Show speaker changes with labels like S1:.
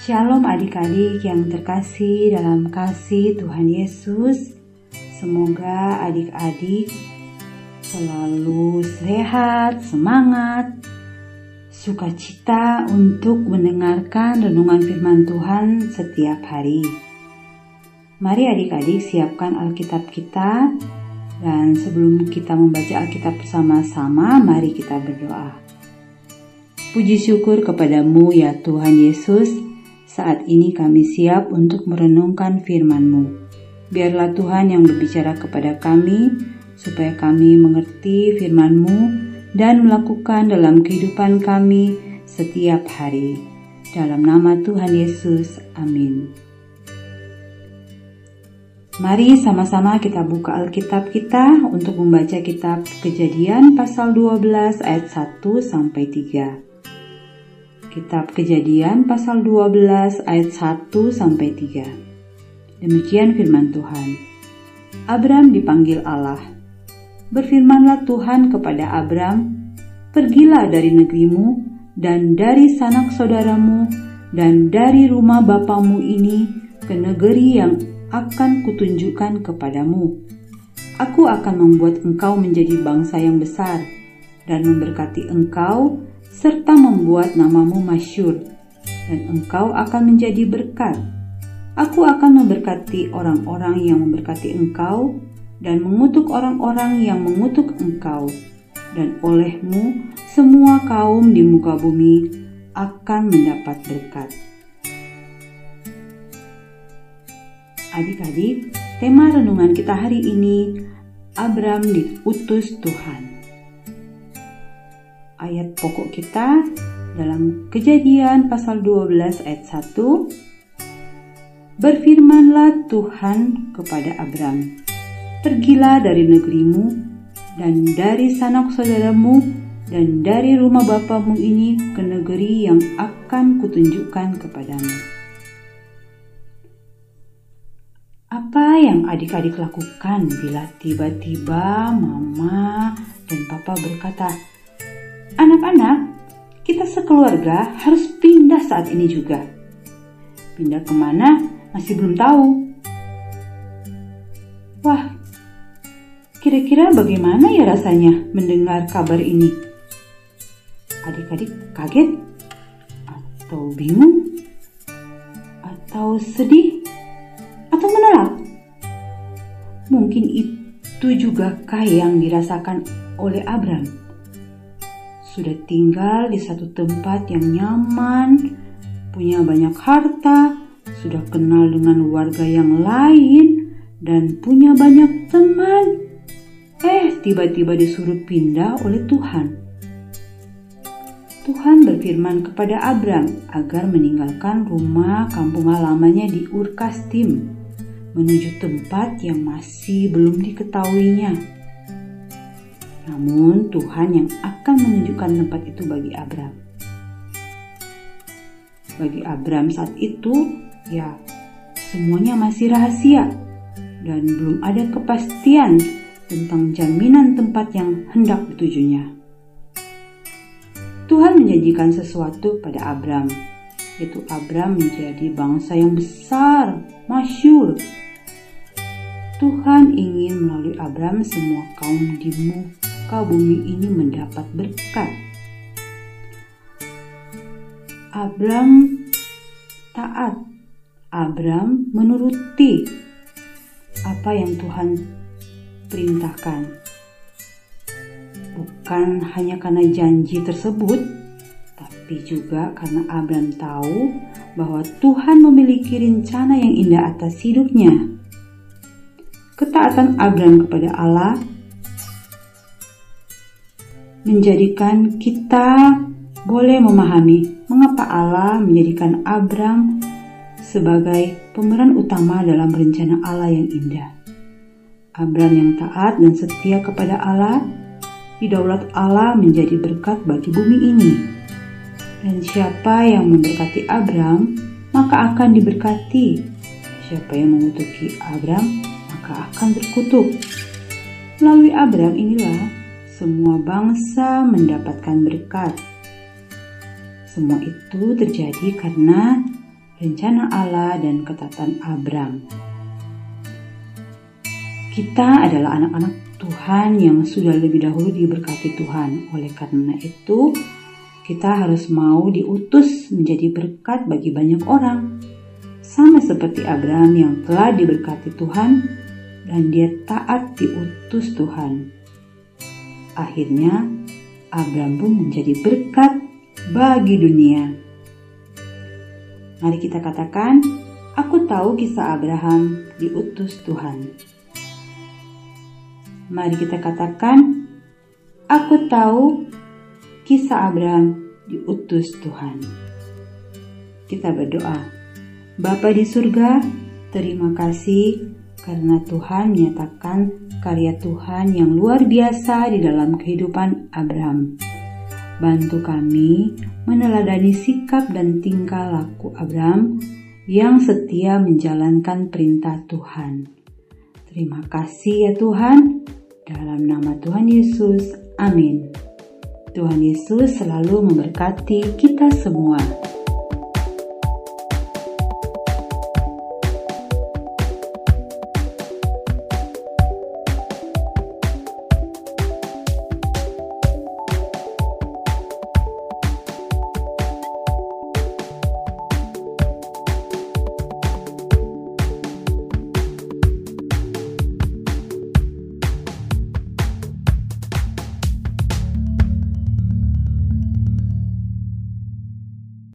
S1: Shalom adik-adik yang terkasih dalam kasih Tuhan Yesus. Semoga adik-adik selalu sehat, semangat, sukacita untuk mendengarkan renungan firman Tuhan setiap hari. Mari adik-adik siapkan Alkitab kita, dan sebelum kita membaca Alkitab bersama-sama, mari kita berdoa. Puji syukur kepadamu ya Tuhan Yesus, saat ini kami siap untuk merenungkan firman-Mu. Biarlah Tuhan yang berbicara kepada kami, supaya kami mengerti firman-Mu dan melakukan dalam kehidupan kami setiap hari. Dalam nama Tuhan Yesus, amin. Mari sama-sama kita buka Alkitab kita untuk membaca kitab Kejadian pasal 12 ayat 1-3. Kitab Kejadian pasal 12 ayat 1-3. Demikian firman Tuhan. Abram dipanggil Allah. Berfirmanlah Tuhan kepada Abram, "Pergilah dari negerimu dan dari sanak saudaramu dan dari rumah bapamu ini ke negeri yang akan kutunjukkan kepadamu. Aku akan membuat engkau menjadi bangsa yang besar dan memberkati engkau serta membuat namamu masyhur, dan engkau akan menjadi berkat. Aku akan memberkati orang-orang yang memberkati engkau, dan mengutuk orang-orang yang mengutuk engkau, dan olehmu semua kaum di muka bumi akan mendapat berkat." Adik-adik, tema renungan kita hari ini, Abram diutus Tuhan. Ayat pokok kita dalam Kejadian pasal 12 ayat 1. Berfirmanlah Tuhan kepada Abram, "Pergilah dari negerimu dan dari sanak saudaramu dan dari rumah bapamu ini ke negeri yang akan kutunjukkan kepadamu." Apa yang adik-adik lakukan bila tiba-tiba mama dan papa berkata, "Anak-anak, kita sekeluarga harus pindah saat ini juga." Pindah kemana masih belum tahu. Wah, kira-kira bagaimana ya rasanya mendengar kabar ini? Adik-adik kaget? Atau bingung? Atau sedih? Atau menolak? Mungkin itu jugakah yang dirasakan oleh Abram? Sudah tinggal di satu tempat yang nyaman, punya banyak harta, sudah kenal dengan warga yang lain, dan punya banyak teman. Tiba-tiba disuruh pindah oleh Tuhan. Tuhan berfirman kepada Abram agar meninggalkan rumah kampung halamannya di Ur Kasdim, menuju tempat yang masih belum diketahuinya. Namun Tuhan yang akan menunjukkan tempat itu bagi Abram. Bagi Abram saat itu, ya semuanya masih rahasia dan belum ada kepastian tentang jaminan tempat yang hendak ditujunya. Tuhan menjanjikan sesuatu pada Abram, yaitu Abram menjadi bangsa yang besar, masyhur. Tuhan ingin melalui Abram semua kaum di muka bumi ini mendapat berkat. Abram taat. Abram menuruti apa yang Tuhan perintahkan. Bukan hanya karena janji tersebut, tapi juga karena Abram tahu bahwa Tuhan memiliki rencana yang indah atas hidupnya. Ketaatan Abram kepada Allah menjadikan kita boleh memahami mengapa Allah menjadikan Abram sebagai pemeran utama dalam rencana Allah yang indah. Abram yang taat dan setia kepada Allah, didaulat Allah menjadi berkat bagi bumi ini. Dan siapa yang memberkati Abram, maka akan diberkati. Siapa yang mengutuki Abram, maka akan terkutuk. Melalui Abram inilah semua bangsa mendapatkan berkat. Semua itu terjadi karena rencana Allah dan ketetapan Abram. Kita adalah anak-anak Tuhan yang sudah lebih dahulu diberkati Tuhan. Oleh karena itu, kita harus mau diutus menjadi berkat bagi banyak orang. Sama seperti Abraham yang telah diberkati Tuhan dan dia taat diutus Tuhan. Akhirnya, Abraham pun menjadi berkat bagi dunia. Mari kita katakan, aku tahu kisah Abraham diutus Tuhan. Mari kita katakan, aku tahu kisah Abraham diutus Tuhan. Kita berdoa. Bapa di surga, terima kasih karena Tuhan menyatakan karya Tuhan yang luar biasa di dalam kehidupan Abraham. Bantu kami meneladani sikap dan tingkah laku Abraham yang setia menjalankan perintah Tuhan. Terima kasih ya Tuhan, dalam nama Tuhan Yesus, amin. Tuhan Yesus selalu memberkati kita semua.